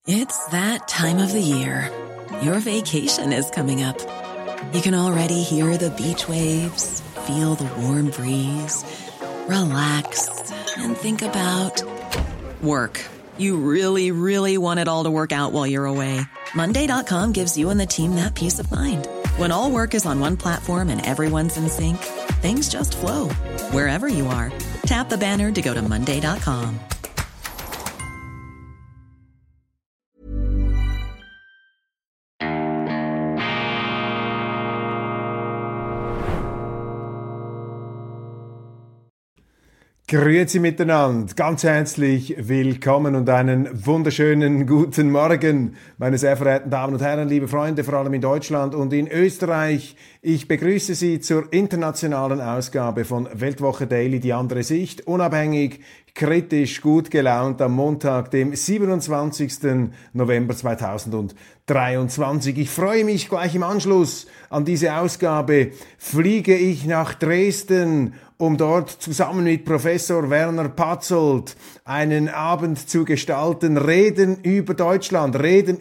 It's that time of the year. Your vacation is coming up. You can already hear the beach waves, feel the warm breeze, relax, and think about work. You really, really want it all to work out while you're away. Monday.com gives you and the team that peace of mind. When all work is on one platform and everyone's in sync, things just flow. Wherever you are, tap the banner to go to Monday.com. Grüezi miteinander, ganz herzlich willkommen und einen wunderschönen guten Morgen, meine sehr verehrten Damen und Herren, liebe Freunde, vor allem in Deutschland und in Österreich. Ich begrüße Sie zur internationalen Ausgabe von Weltwoche Daily, die andere Sicht, unabhängig, kritisch, gut gelaunt am Montag, dem 27. November 2023. Ich freue mich, gleich im Anschluss an diese Ausgabe fliege ich nach Dresden, um dort zusammen mit Professor Werner Patzold einen Abend zu gestalten, reden über Deutschland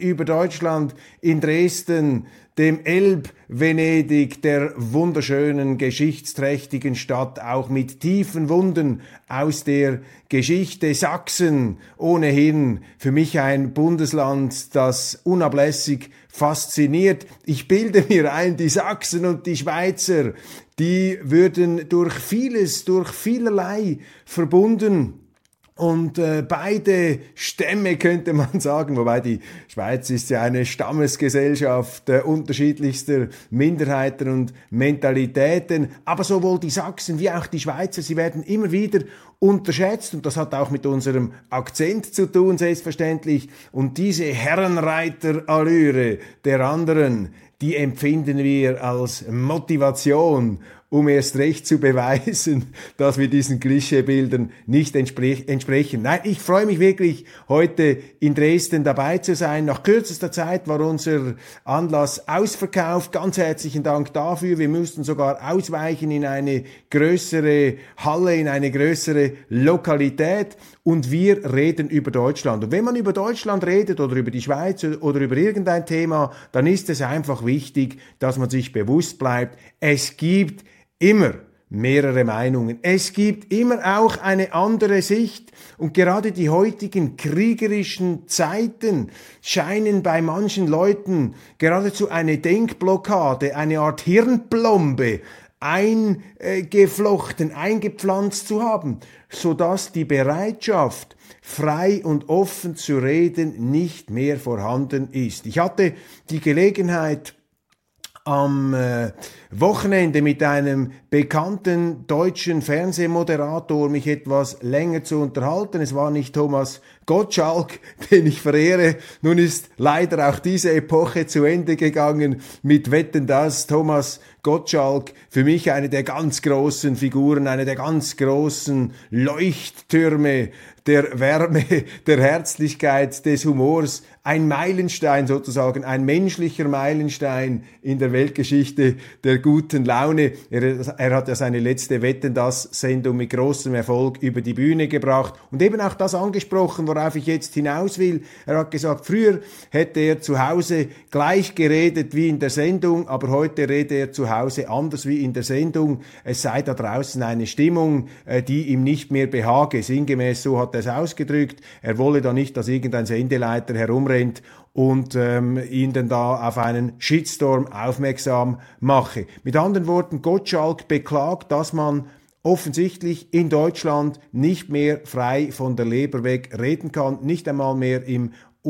in Dresden, dem Elb-Venedig der wunderschönen, geschichtsträchtigen Stadt, auch mit tiefen Wunden aus der Geschichte. Sachsen, ohnehin für mich ein Bundesland, das unablässig fasziniert. Ich bilde mir ein, die Sachsen und die Schweizer, die würden durch vielerlei verbunden. Und beide Stämme könnte man sagen, wobei die Schweiz ist ja eine Stammesgesellschaft unterschiedlichster Minderheiten und Mentalitäten, aber sowohl die Sachsen wie auch die Schweizer, sie werden immer wieder unterschätzt und das hat auch mit unserem Akzent zu tun, selbstverständlich. Und diese Herrenreiterallüre der anderen, die empfinden wir als Motivation, um erst recht zu beweisen, dass wir diesen Klischeebildern nicht entsprechen. Nein, ich freue mich wirklich, heute in Dresden dabei zu sein. Nach kürzester Zeit war unser Anlass ausverkauft. Ganz herzlichen Dank dafür. Wir mussten sogar ausweichen in eine größere Halle, in eine größere Lokalität. Und wir reden über Deutschland. Und wenn man über Deutschland redet oder über die Schweiz oder über irgendein Thema, dann ist es einfach wichtig, dass man sich bewusst bleibt, es gibt immer mehrere Meinungen. Es gibt immer auch eine andere Sicht. Und gerade die heutigen kriegerischen Zeiten scheinen bei manchen Leuten geradezu eine Denkblockade, eine Art Hirnplombe eingepflanzt zu haben, sodass die Bereitschaft, frei und offen zu reden, nicht mehr vorhanden ist. Ich hatte die Gelegenheit, am Wochenende mit einem bekannten deutschen Fernsehmoderator mich etwas länger zu unterhalten. Es war nicht Thomas Gottschalk, den ich verehre. Nun ist leider auch diese Epoche zu Ende gegangen mit Wetten, dass Thomas Gottschalk für mich eine der ganz großen Figuren, eine der ganz großen Leuchttürme der Wärme, der Herzlichkeit, des Humors, ein Meilenstein sozusagen, ein menschlicher Meilenstein in der Weltgeschichte der guten Laune. Er hat ja seine letzte Wetten, dass Sendung mit großem Erfolg über die Bühne gebracht und eben auch das angesprochen, worauf ich jetzt hinaus will. Er hat gesagt, früher hätte er zu Hause gleich geredet wie in der Sendung, aber heute rede er zu Hause anders wie in der Sendung. Es sei da draußen eine Stimmung, die ihm nicht mehr behage. Sinngemäß so hat er es ausgedrückt. Er wolle da nicht, dass irgendein Sendeleiter herumrennt und ihn dann da auf einen Shitstorm aufmerksam mache. Mit anderen Worten, Gottschalk beklagt, dass man offensichtlich in Deutschland nicht mehr frei von der Leber weg reden kann, nicht einmal mehr im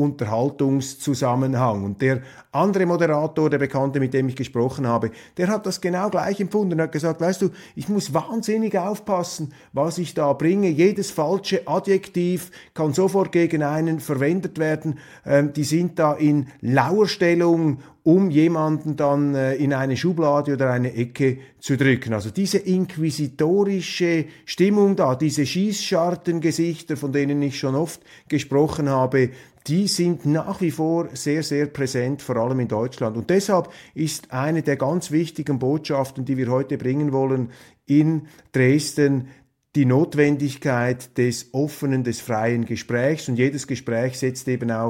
Unterhaltungszusammenhang. Und der andere Moderator, der Bekannte, mit dem ich gesprochen habe, der hat das genau gleich empfunden und hat gesagt, weißt du, ich muss wahnsinnig aufpassen, was ich da bringe. Jedes falsche Adjektiv kann sofort gegen einen verwendet werden. Die sind da in Lauerstellung, um jemanden dann in eine Schublade oder eine Ecke zu drücken. Also diese inquisitorische Stimmung da, diese Schießschartengesichter, von denen ich schon oft gesprochen habe, die sind nach wie vor sehr, sehr präsent, vor allem in Deutschland. Und deshalb ist eine der ganz wichtigen Botschaften, die wir heute bringen wollen, in Dresden die Notwendigkeit des offenen, des freien Gesprächs. Und jedes Gespräch setzt eben auch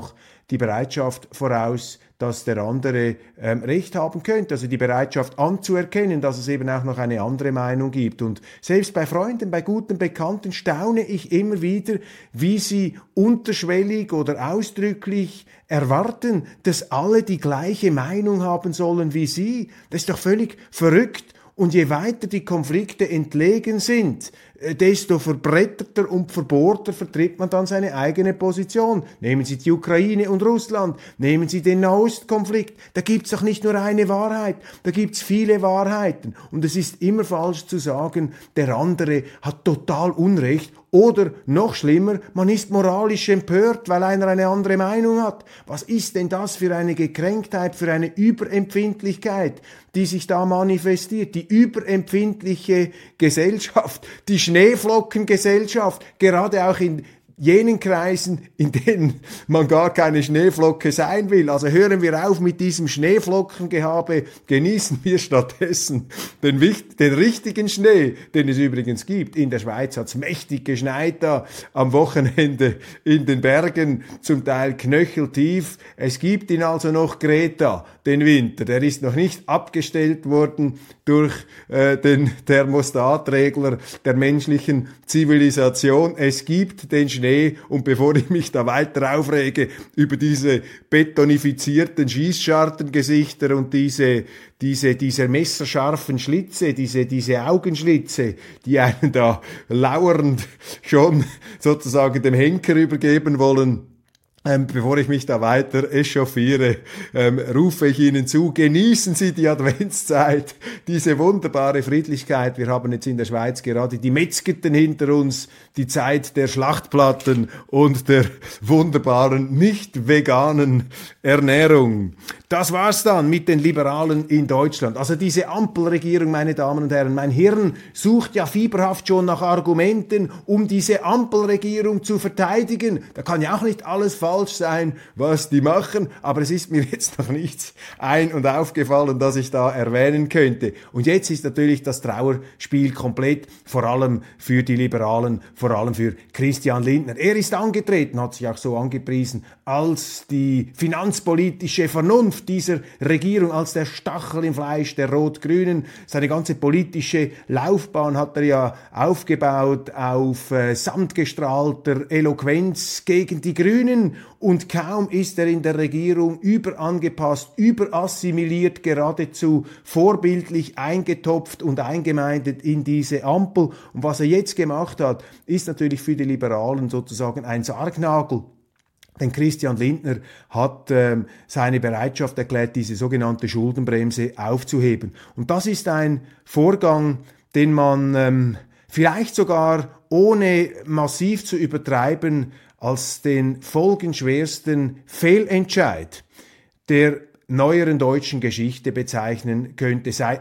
die Bereitschaft voraus, dass der andere Recht haben könnte, also die Bereitschaft anzuerkennen, dass es eben auch noch eine andere Meinung gibt. Und selbst bei Freunden, bei guten Bekannten staune ich immer wieder, wie sie unterschwellig oder ausdrücklich erwarten, dass alle die gleiche Meinung haben sollen wie sie. Das ist doch völlig verrückt. Und je weiter die Konflikte entlegen sind, desto verbretterter und verbohrter vertritt man dann seine eigene Position. Nehmen Sie die Ukraine und Russland, nehmen Sie den Nahostkonflikt. Da gibt's doch nicht nur eine Wahrheit, da gibt's viele Wahrheiten. Und es ist immer falsch zu sagen, der andere hat total Unrecht. Oder noch schlimmer, man ist moralisch empört, weil einer eine andere Meinung hat. Was ist denn das für eine Gekränktheit, für eine Überempfindlichkeit, die sich da manifestiert? Die überempfindliche Gesellschaft, die Schneeflockengesellschaft, gerade auch in jenen Kreisen, in denen man gar keine Schneeflocke sein will. Also hören wir auf mit diesem Schneeflockengehabe, genießen wir stattdessen den richtigen Schnee, den es übrigens gibt. In der Schweiz hat's mächtig geschneit da am Wochenende in den Bergen, zum Teil knöcheltief. Es gibt ihn also noch, Greta, den Winter. Der ist noch nicht abgestellt worden durch den Thermostatregler der menschlichen Zivilisation. Es gibt den Schnee, und bevor ich mich da weiter aufrege über diese betonifizierten Schießschartengesichter und diese messerscharfen Schlitze, diese Augenschlitze, die einen da lauernd schon sozusagen dem Henker übergeben wollen, bevor ich mich da weiter echauffiere, rufe ich Ihnen zu, genießen Sie die Adventszeit, diese wunderbare Friedlichkeit. Wir haben jetzt in der Schweiz gerade die Metzgeten hinter uns, die Zeit der Schlachtplatten und der wunderbaren, nicht veganen Ernährung. Das war's dann mit den Liberalen in Deutschland. Also diese Ampelregierung, meine Damen und Herren, mein Hirn sucht ja fieberhaft schon nach Argumenten, um diese Ampelregierung zu verteidigen. Da kann ja auch nicht alles falsch sein, was die machen, aber es ist mir jetzt noch nichts ein- und aufgefallen, das ich da erwähnen könnte. Und jetzt ist natürlich das Trauerspiel komplett, vor allem für die Liberalen, vor allem für Christian Lindner. Er ist angetreten, hat sich auch so angepriesen, als die finanzpolitische Vernunft dieser Regierung, als der Stachel im Fleisch der Rot-Grünen. Seine ganze politische Laufbahn hat er ja aufgebaut auf sandgestrahlter Eloquenz gegen die Grünen, und kaum ist er in der Regierung überangepasst, überassimiliert, geradezu vorbildlich eingetopft und eingemeindet in diese Ampel. Und was er jetzt gemacht hat, ist natürlich für die Liberalen sozusagen ein Sargnagel. Denn Christian Lindner hat seine Bereitschaft erklärt, diese sogenannte Schuldenbremse aufzuheben. Und das ist ein Vorgang, den man vielleicht sogar ohne massiv zu übertreiben als den folgenschwersten Fehlentscheid der neueren deutschen Geschichte bezeichnen könnte, seit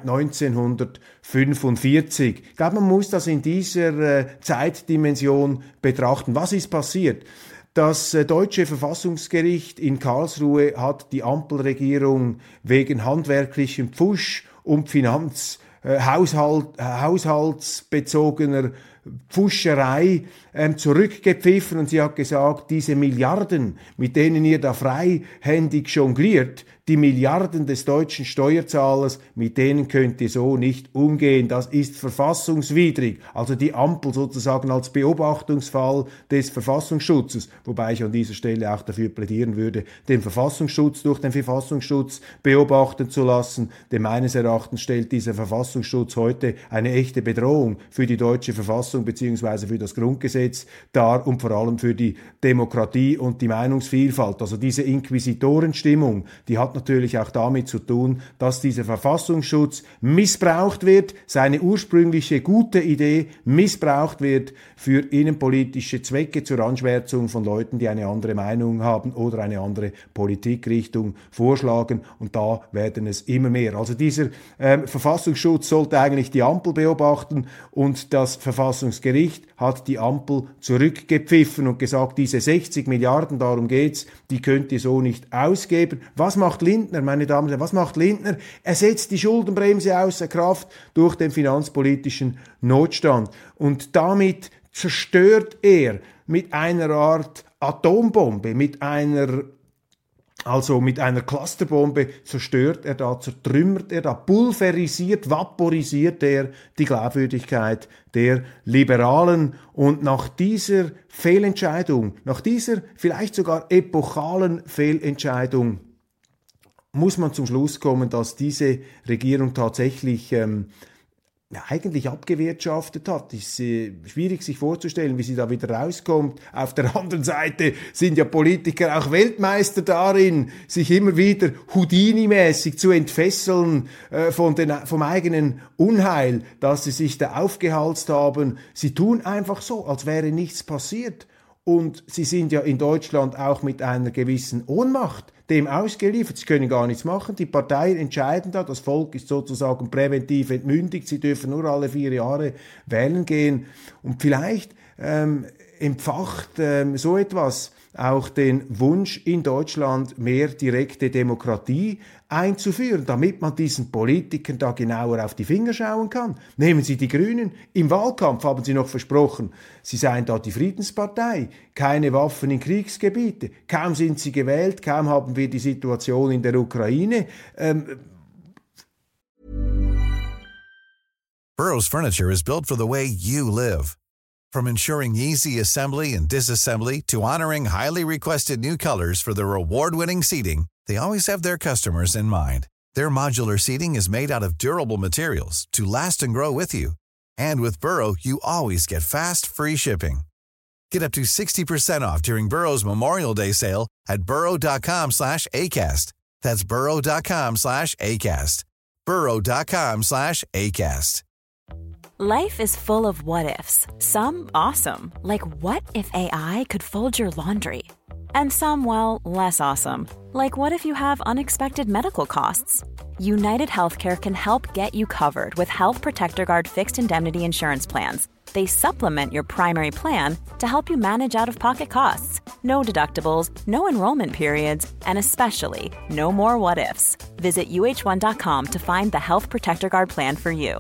1945. Ich glaube, man muss das in dieser Zeitdimension betrachten. Was ist passiert? Das deutsche Verfassungsgericht in Karlsruhe hat die Ampelregierung wegen handwerklichem Pfusch und haushaltsbezogener Pfuscherei zurückgepfiffen, und sie hat gesagt, diese Milliarden, mit denen ihr da freihändig jongliert, die Milliarden des deutschen Steuerzahlers, mit denen könnt ihr so nicht umgehen. Das ist verfassungswidrig. Also die Ampel sozusagen als Beobachtungsfall des Verfassungsschutzes, wobei ich an dieser Stelle auch dafür plädieren würde, den Verfassungsschutz durch den Verfassungsschutz beobachten zu lassen. Denn meines Erachtens stellt dieser Verfassungsschutz heute eine echte Bedrohung für die deutsche Verfassung bzw. für das Grundgesetz dar und vor allem für die Demokratie und die Meinungsvielfalt. Also diese Inquisitorenstimmung, die hat natürlich auch damit zu tun, dass dieser Verfassungsschutz missbraucht wird, seine ursprüngliche gute Idee missbraucht wird für innenpolitische Zwecke zur Anschwärzung von Leuten, die eine andere Meinung haben oder eine andere Politikrichtung vorschlagen, und da werden es immer mehr. Also dieser Verfassungsschutz sollte eigentlich die Ampel beobachten, und das Verfassungsgericht hat die Ampel zurückgepfiffen und gesagt, diese 60 Milliarden, darum geht's, die könnt ihr so nicht ausgeben. Was macht Lindner, meine Damen und Herren, was macht Lindner? Er setzt die Schuldenbremse außer Kraft durch den finanzpolitischen Notstand. Und damit zerstört er mit einer Art Atombombe, mit einer Also mit einer Clusterbombe zerstört er da, zertrümmert er da, pulverisiert, vaporisiert er die Glaubwürdigkeit der Liberalen. Und nach dieser Fehlentscheidung, nach dieser vielleicht sogar epochalen Fehlentscheidung, muss man zum Schluss kommen, dass diese Regierung tatsächlich eigentlich abgewirtschaftet hat. Es ist schwierig sich vorzustellen, wie sie da wieder rauskommt. Auf der anderen Seite sind ja Politiker auch Weltmeister darin, sich immer wieder Houdini-mäßig zu entfesseln vom eigenen Unheil, dass sie sich da aufgehalst haben. Sie tun einfach so, als wäre nichts passiert. Und sie sind ja in Deutschland auch mit einer gewissen Ohnmacht dem ausgeliefert. Sie können gar nichts machen. Die Parteien entscheiden da. Das Volk ist sozusagen präventiv entmündigt. Sie dürfen nur alle 4 Jahre wählen gehen. Und vielleicht entfacht so etwas auch den Wunsch in Deutschland, mehr direkte Demokratie einzuführen, damit man diesen Politikern da genauer auf die Finger schauen kann. Nehmen Sie die Grünen. Im Wahlkampf haben sie noch versprochen, sie seien da die Friedenspartei, keine Waffen in Kriegsgebiete. Kaum sind sie gewählt, kaum haben wir die Situation in der Ukraine. Burrow's furniture is built for the way you live. From ensuring easy assembly and disassembly to honoring highly requested new colors for their award-winning seating, they always have their customers in mind. Their modular seating is made out of durable materials to last and grow with you. And with Burrow, you always get fast, free shipping. Get up to 60% off during Burrow's Memorial Day sale at burrow.com/ACAST. That's burrow.com/ACAST. burrow.com/ACAST. Life is full of what-ifs. Some awesome, like what if AI could fold your laundry? And some, well, less awesome, like what if you have unexpected medical costs? United Healthcare can help get you covered with Health Protector Guard fixed indemnity insurance plans. They supplement your primary plan to help you manage out-of-pocket costs. No deductibles, no enrollment periods, and especially no more what-ifs. Visit uh1.com to find the Health Protector Guard plan for you.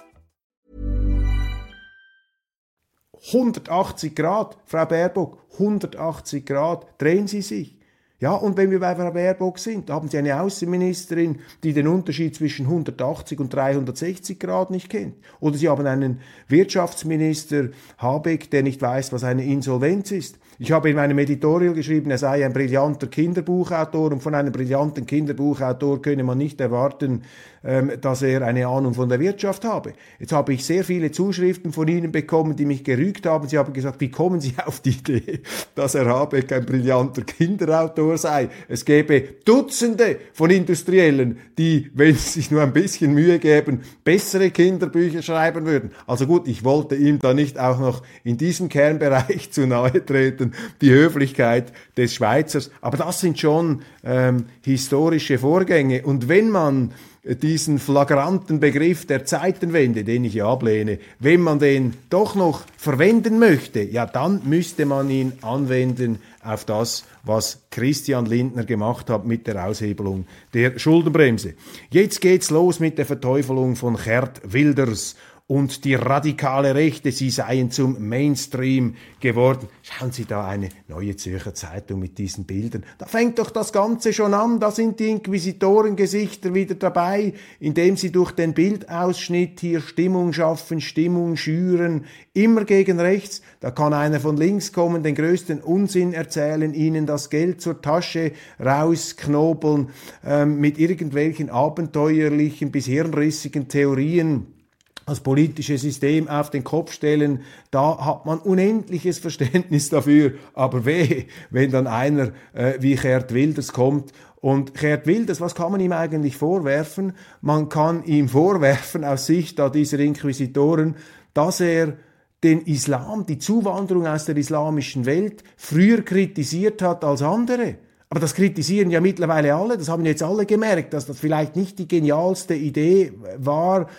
180 Grad, Frau Baerbock, 180 Grad, drehen Sie sich. Ja, und wenn wir bei Frau Baerbock sind, haben Sie eine Außenministerin, die den Unterschied zwischen 180 und 360 Grad nicht kennt. Oder Sie haben einen Wirtschaftsminister, Habeck, der nicht weiß, was eine Insolvenz ist. Ich habe in meinem Editorial geschrieben, er sei ein brillanter Kinderbuchautor und von einem brillanten Kinderbuchautor könne man nicht erwarten, dass er eine Ahnung von der Wirtschaft habe. Jetzt habe ich sehr viele Zuschriften von Ihnen bekommen, die mich gerügt haben. Sie haben gesagt, wie kommen Sie auf die Idee, dass Herr Habeck ein brillanter Kinderautor sei? Es gäbe Dutzende von Industriellen, die, wenn sie sich nur ein bisschen Mühe geben, bessere Kinderbücher schreiben würden. Also gut, ich wollte ihm da nicht auch noch in diesem Kernbereich zu nahe treten, die Höflichkeit des Schweizers. Aber das sind schon historische Vorgänge. Und wenn man diesen flagranten Begriff der Zeitenwende, den ich ja ablehne, wenn man den doch noch verwenden möchte, ja, dann müsste man ihn anwenden auf das, was Christian Lindner gemacht hat mit der Aushebelung der Schuldenbremse. Jetzt geht's los mit der Verteufelung von Geert Wilders und die radikale Rechte, sie seien zum Mainstream geworden. Schauen Sie da eine Neue Zürcher Zeitung mit diesen Bildern. Da fängt doch das Ganze schon an. Da sind die Inquisitorengesichter wieder dabei, indem sie durch den Bildausschnitt hier Stimmung schaffen, Stimmung schüren, immer gegen rechts. Da kann einer von links kommen, den größten Unsinn erzählen, ihnen das Geld zur Tasche rausknobeln, mit irgendwelchen abenteuerlichen bis hirnrissigen Theorien das politische System auf den Kopf stellen, da hat man unendliches Verständnis dafür. Aber wehe, wenn dann einer wie Geert Wilders kommt. Und Geert Wilders, was kann man ihm eigentlich vorwerfen? Man kann ihm vorwerfen, aus Sicht da dieser Inquisitoren, dass er den Islam, die Zuwanderung aus der islamischen Welt, früher kritisiert hat als andere. Aber das kritisieren ja mittlerweile alle, das haben jetzt alle gemerkt, dass das vielleicht nicht die genialste Idee war,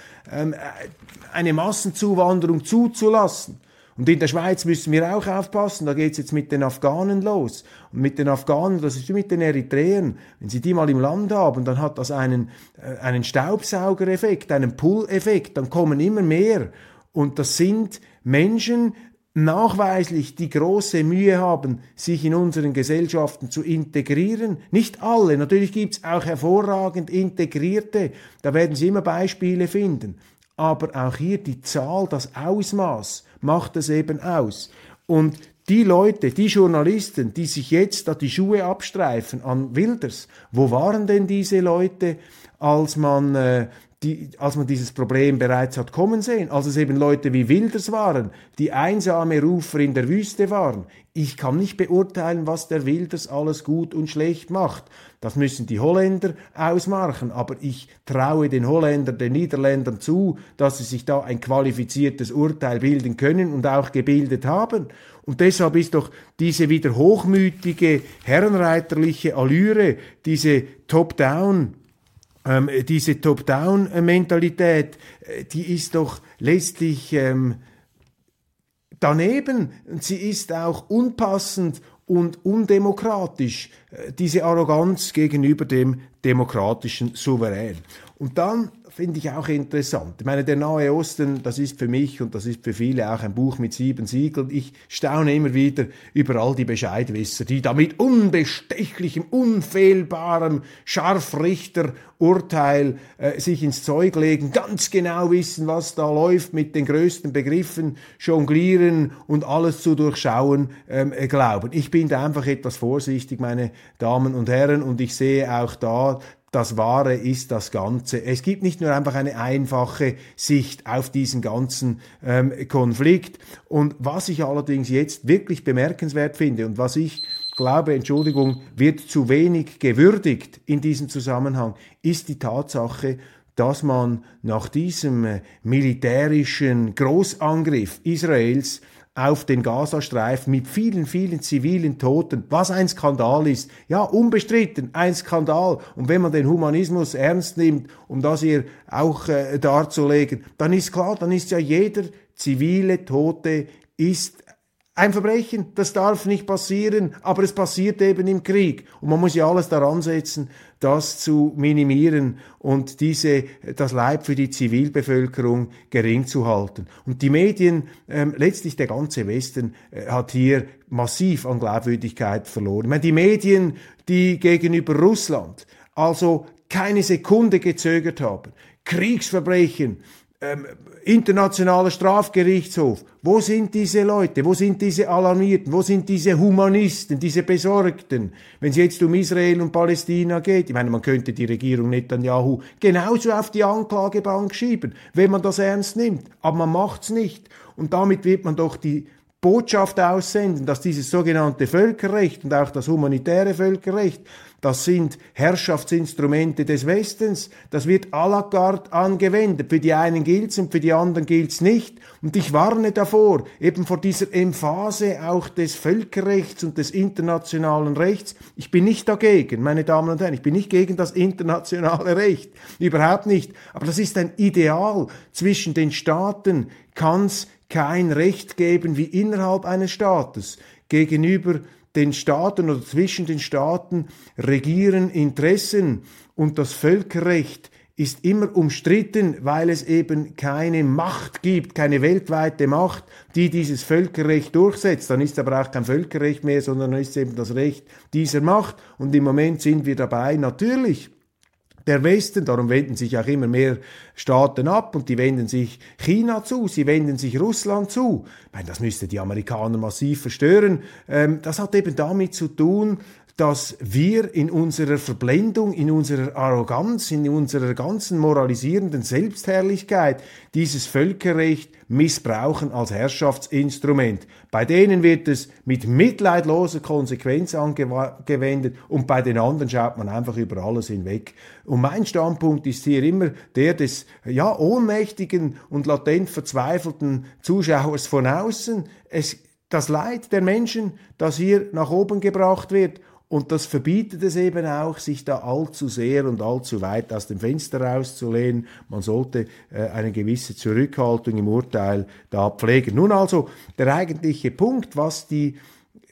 eine Massenzuwanderung zuzulassen. Und in der Schweiz müssen wir auch aufpassen, da geht's jetzt mit den Afghanen los. Und mit den Afghanen, das ist wie mit den Eritreern, wenn Sie die mal im Land haben, dann hat das einen Staubsaugereffekt, einen Pull-Effekt, dann kommen immer mehr. Und das sind Menschen, nachweislich die große Mühe haben, sich in unseren Gesellschaften zu integrieren. Nicht alle, natürlich gibt es auch hervorragend Integrierte, da werden Sie immer Beispiele finden. Aber auch hier die Zahl, das Ausmaß macht es eben aus. Und die Leute, die Journalisten, die sich jetzt da die Schuhe abstreifen an Wilders, wo waren denn diese Leute, als man dieses Problem bereits hat kommen sehen, als es eben Leute wie Wilders waren, die einsame Rufer in der Wüste waren? Ich kann nicht beurteilen, was der Wilders alles gut und schlecht macht. Das müssen die Holländer ausmachen, aber ich traue den Holländern, den Niederländern zu, dass sie sich da ein qualifiziertes Urteil bilden können und auch gebildet haben. Und deshalb ist doch diese wieder hochmütige, herrenreiterliche Allüre, diese Top-Down-Mentalität, die ist doch letztlich daneben. Sie ist auch unpassend und undemokratisch, diese Arroganz gegenüber dem demokratischen Souverän. Und dann finde ich auch interessant. Ich meine, der Nahe Osten, das ist für mich und das ist für viele auch ein Buch mit 7 Siegeln. Ich staune immer wieder über all die Bescheidwisser, die da mit unbestechlichem, unfehlbarem Scharfrichterurteil sich ins Zeug legen, ganz genau wissen, was da läuft, mit den größten Begriffen jonglieren und alles zu durchschauen glauben. Ich bin da einfach etwas vorsichtig, meine Damen und Herren, und ich sehe auch da, das Wahre ist das Ganze. Es gibt nicht nur einfach eine einfache Sicht auf diesen ganzen Konflikt. Und was ich allerdings jetzt wirklich bemerkenswert finde und was ich glaube, Entschuldigung, wird zu wenig gewürdigt in diesem Zusammenhang, ist die Tatsache, dass man nach diesem militärischen Großangriff Israels auf den Gazastreifen mit vielen, vielen zivilen Toten, was ein Skandal ist. Ja, unbestritten, ein Skandal. Und wenn man den Humanismus ernst nimmt, um das hier auch darzulegen, dann ist klar, dann ist ja jeder zivile Tote ist ein Verbrechen, das darf nicht passieren, aber es passiert eben im Krieg. Und man muss ja alles daran setzen, das zu minimieren und das Leid für die Zivilbevölkerung gering zu halten. Und die Medien, letztlich der ganze Westen, hat hier massiv an Glaubwürdigkeit verloren. Ich meine, die Medien, die gegenüber Russland also keine Sekunde gezögert haben, Kriegsverbrechen, Internationaler Strafgerichtshof. Wo sind diese Leute? Wo sind diese Alarmierten? Wo sind diese Humanisten, diese Besorgten? Wenn es jetzt um Israel und Palästina geht, ich meine, man könnte die Regierung Netanyahu genauso auf die Anklagebank schieben, wenn man das ernst nimmt. Aber man macht's nicht. Und damit wird man doch die Botschaft aussenden, dass dieses sogenannte Völkerrecht und auch das humanitäre Völkerrecht, das sind Herrschaftsinstrumente des Westens, das wird à la carte angewendet. Für die einen gilt's und für die anderen gilt's nicht. Und ich warne davor, eben vor dieser Emphase auch des Völkerrechts und des internationalen Rechts. Ich bin nicht dagegen, meine Damen und Herren, ich bin nicht gegen das internationale Recht, überhaupt nicht. Aber das ist ein Ideal. Zwischen den Staaten kann's kein Recht geben wie innerhalb eines Staates. Gegenüber den Staaten oder zwischen den Staaten regieren Interessen und das Völkerrecht ist immer umstritten, weil es eben keine Macht gibt, keine weltweite Macht, die dieses Völkerrecht durchsetzt. Dann ist es aber auch kein Völkerrecht mehr, sondern dann ist es eben das Recht dieser Macht. Und im Moment sind wir dabei, natürlich, der Westen, darum wenden sich auch immer mehr Staaten ab und die wenden sich China zu, sie wenden sich Russland zu. Ich meine, das müsste die Amerikaner massiv verstören. Das hat eben damit zu tun, dass wir in unserer Verblendung, in unserer Arroganz, in unserer ganzen moralisierenden Selbstherrlichkeit dieses Völkerrecht missbrauchen als Herrschaftsinstrument. Bei denen wird es mit mitleidloser Konsequenz angewendet und bei den anderen schaut man einfach über alles hinweg. Und mein Standpunkt ist hier immer der des ohnmächtigen und latent verzweifelten Zuschauers von außen. Das Leid der Menschen, das hier nach oben gebracht wird, und das verbietet es eben auch, sich da allzu sehr und allzu weit aus dem Fenster rauszulehnen. Man sollte eine gewisse Zurückhaltung im Urteil da pflegen. Nun also der eigentliche Punkt, was die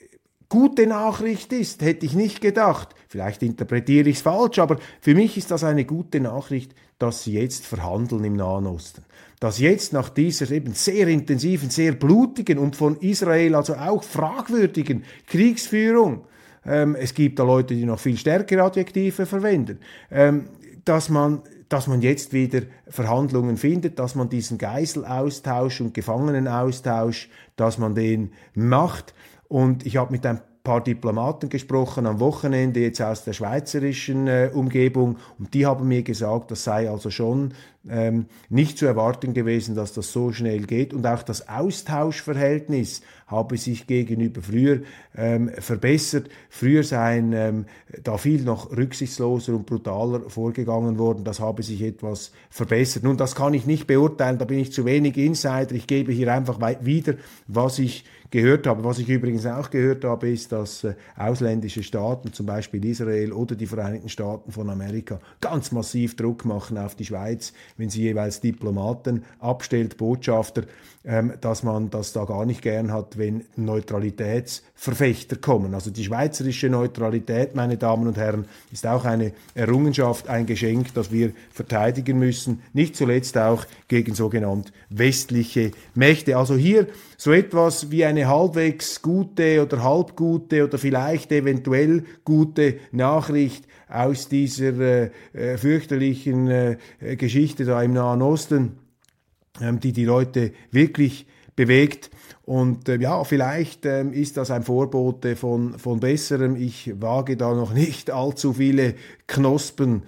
gute Nachricht ist, hätte ich nicht gedacht. Vielleicht interpretiere ich es falsch, aber für mich ist das eine gute Nachricht, dass sie jetzt verhandeln im Nahen Osten. Dass jetzt nach dieser eben sehr intensiven, sehr blutigen und von Israel also auch fragwürdigen Kriegsführung, es gibt da Leute, die noch viel stärkere Adjektive verwenden, dass man jetzt wieder Verhandlungen findet, dass man diesen Geiselaustausch und Gefangenenaustausch, dass man den macht. Und ich habe mit ein paar Diplomaten gesprochen am Wochenende jetzt aus der schweizerischen Umgebung und die haben mir gesagt, das sei also schon nicht zu erwarten gewesen, dass das so schnell geht und auch das Austauschverhältnis habe sich gegenüber früher verbessert. Früher seien da viel noch rücksichtsloser und brutaler vorgegangen worden, das habe sich etwas verbessert. Nun, das kann ich nicht beurteilen, da bin ich zu wenig Insider, ich gebe hier einfach wieder, was ich gehört habe. Was ich übrigens auch gehört habe, ist, dass ausländische Staaten, zum Beispiel Israel oder die Vereinigten Staaten von Amerika, ganz massiv Druck machen auf die Schweiz, wenn sie jeweils Diplomaten abstellt, Botschafter, dass man das da gar nicht gern hat, wenn Neutralitätsverfechter kommen. Also die schweizerische Neutralität, meine Damen und Herren, ist auch eine Errungenschaft, ein Geschenk, das wir verteidigen müssen, nicht zuletzt auch gegen sogenannte westliche Mächte. Also hier so etwas wie eine halbwegs gute oder halbgute oder vielleicht eventuell gute Nachricht aus dieser fürchterlichen Geschichte da im Nahen Osten, die Leute wirklich bewegt. Und ja, vielleicht ist das ein Vorbote von Besserem. Ich wage da noch nicht allzu viele Knospen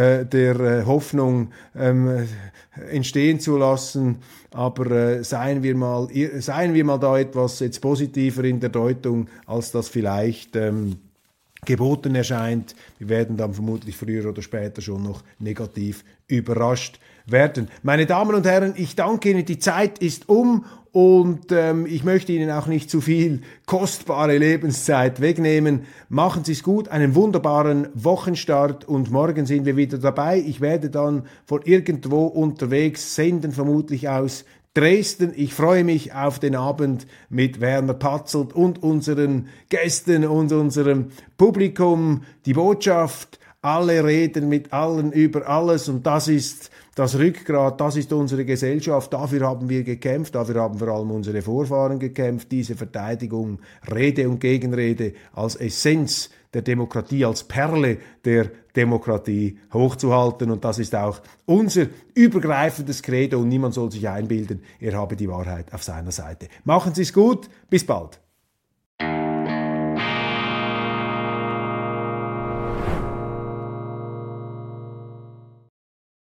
der Hoffnung entstehen zu lassen. Aber seien wir mal da etwas jetzt positiver in der Deutung, als das vielleicht geboten erscheint. Wir werden dann vermutlich früher oder später schon noch negativ überrascht werden. Meine Damen und Herren, ich danke Ihnen, die Zeit ist um und ich möchte Ihnen auch nicht zu viel kostbare Lebenszeit wegnehmen. Machen Sie es gut, einen wunderbaren Wochenstart und morgen sind wir wieder dabei. Ich werde dann von irgendwo unterwegs senden, vermutlich aus Dresden. Ich freue mich auf den Abend mit Werner Patzelt und unseren Gästen und unserem Publikum. Die Botschaft, alle reden mit allen über alles und das ist das Rückgrat, das ist unsere Gesellschaft, dafür haben wir gekämpft, dafür haben vor allem unsere Vorfahren gekämpft, diese Verteidigung, Rede und Gegenrede als Essenz der Demokratie, als Perle der Demokratie hochzuhalten und das ist auch unser übergreifendes Credo und niemand soll sich einbilden, er habe die Wahrheit auf seiner Seite. Machen Sie es gut, bis bald.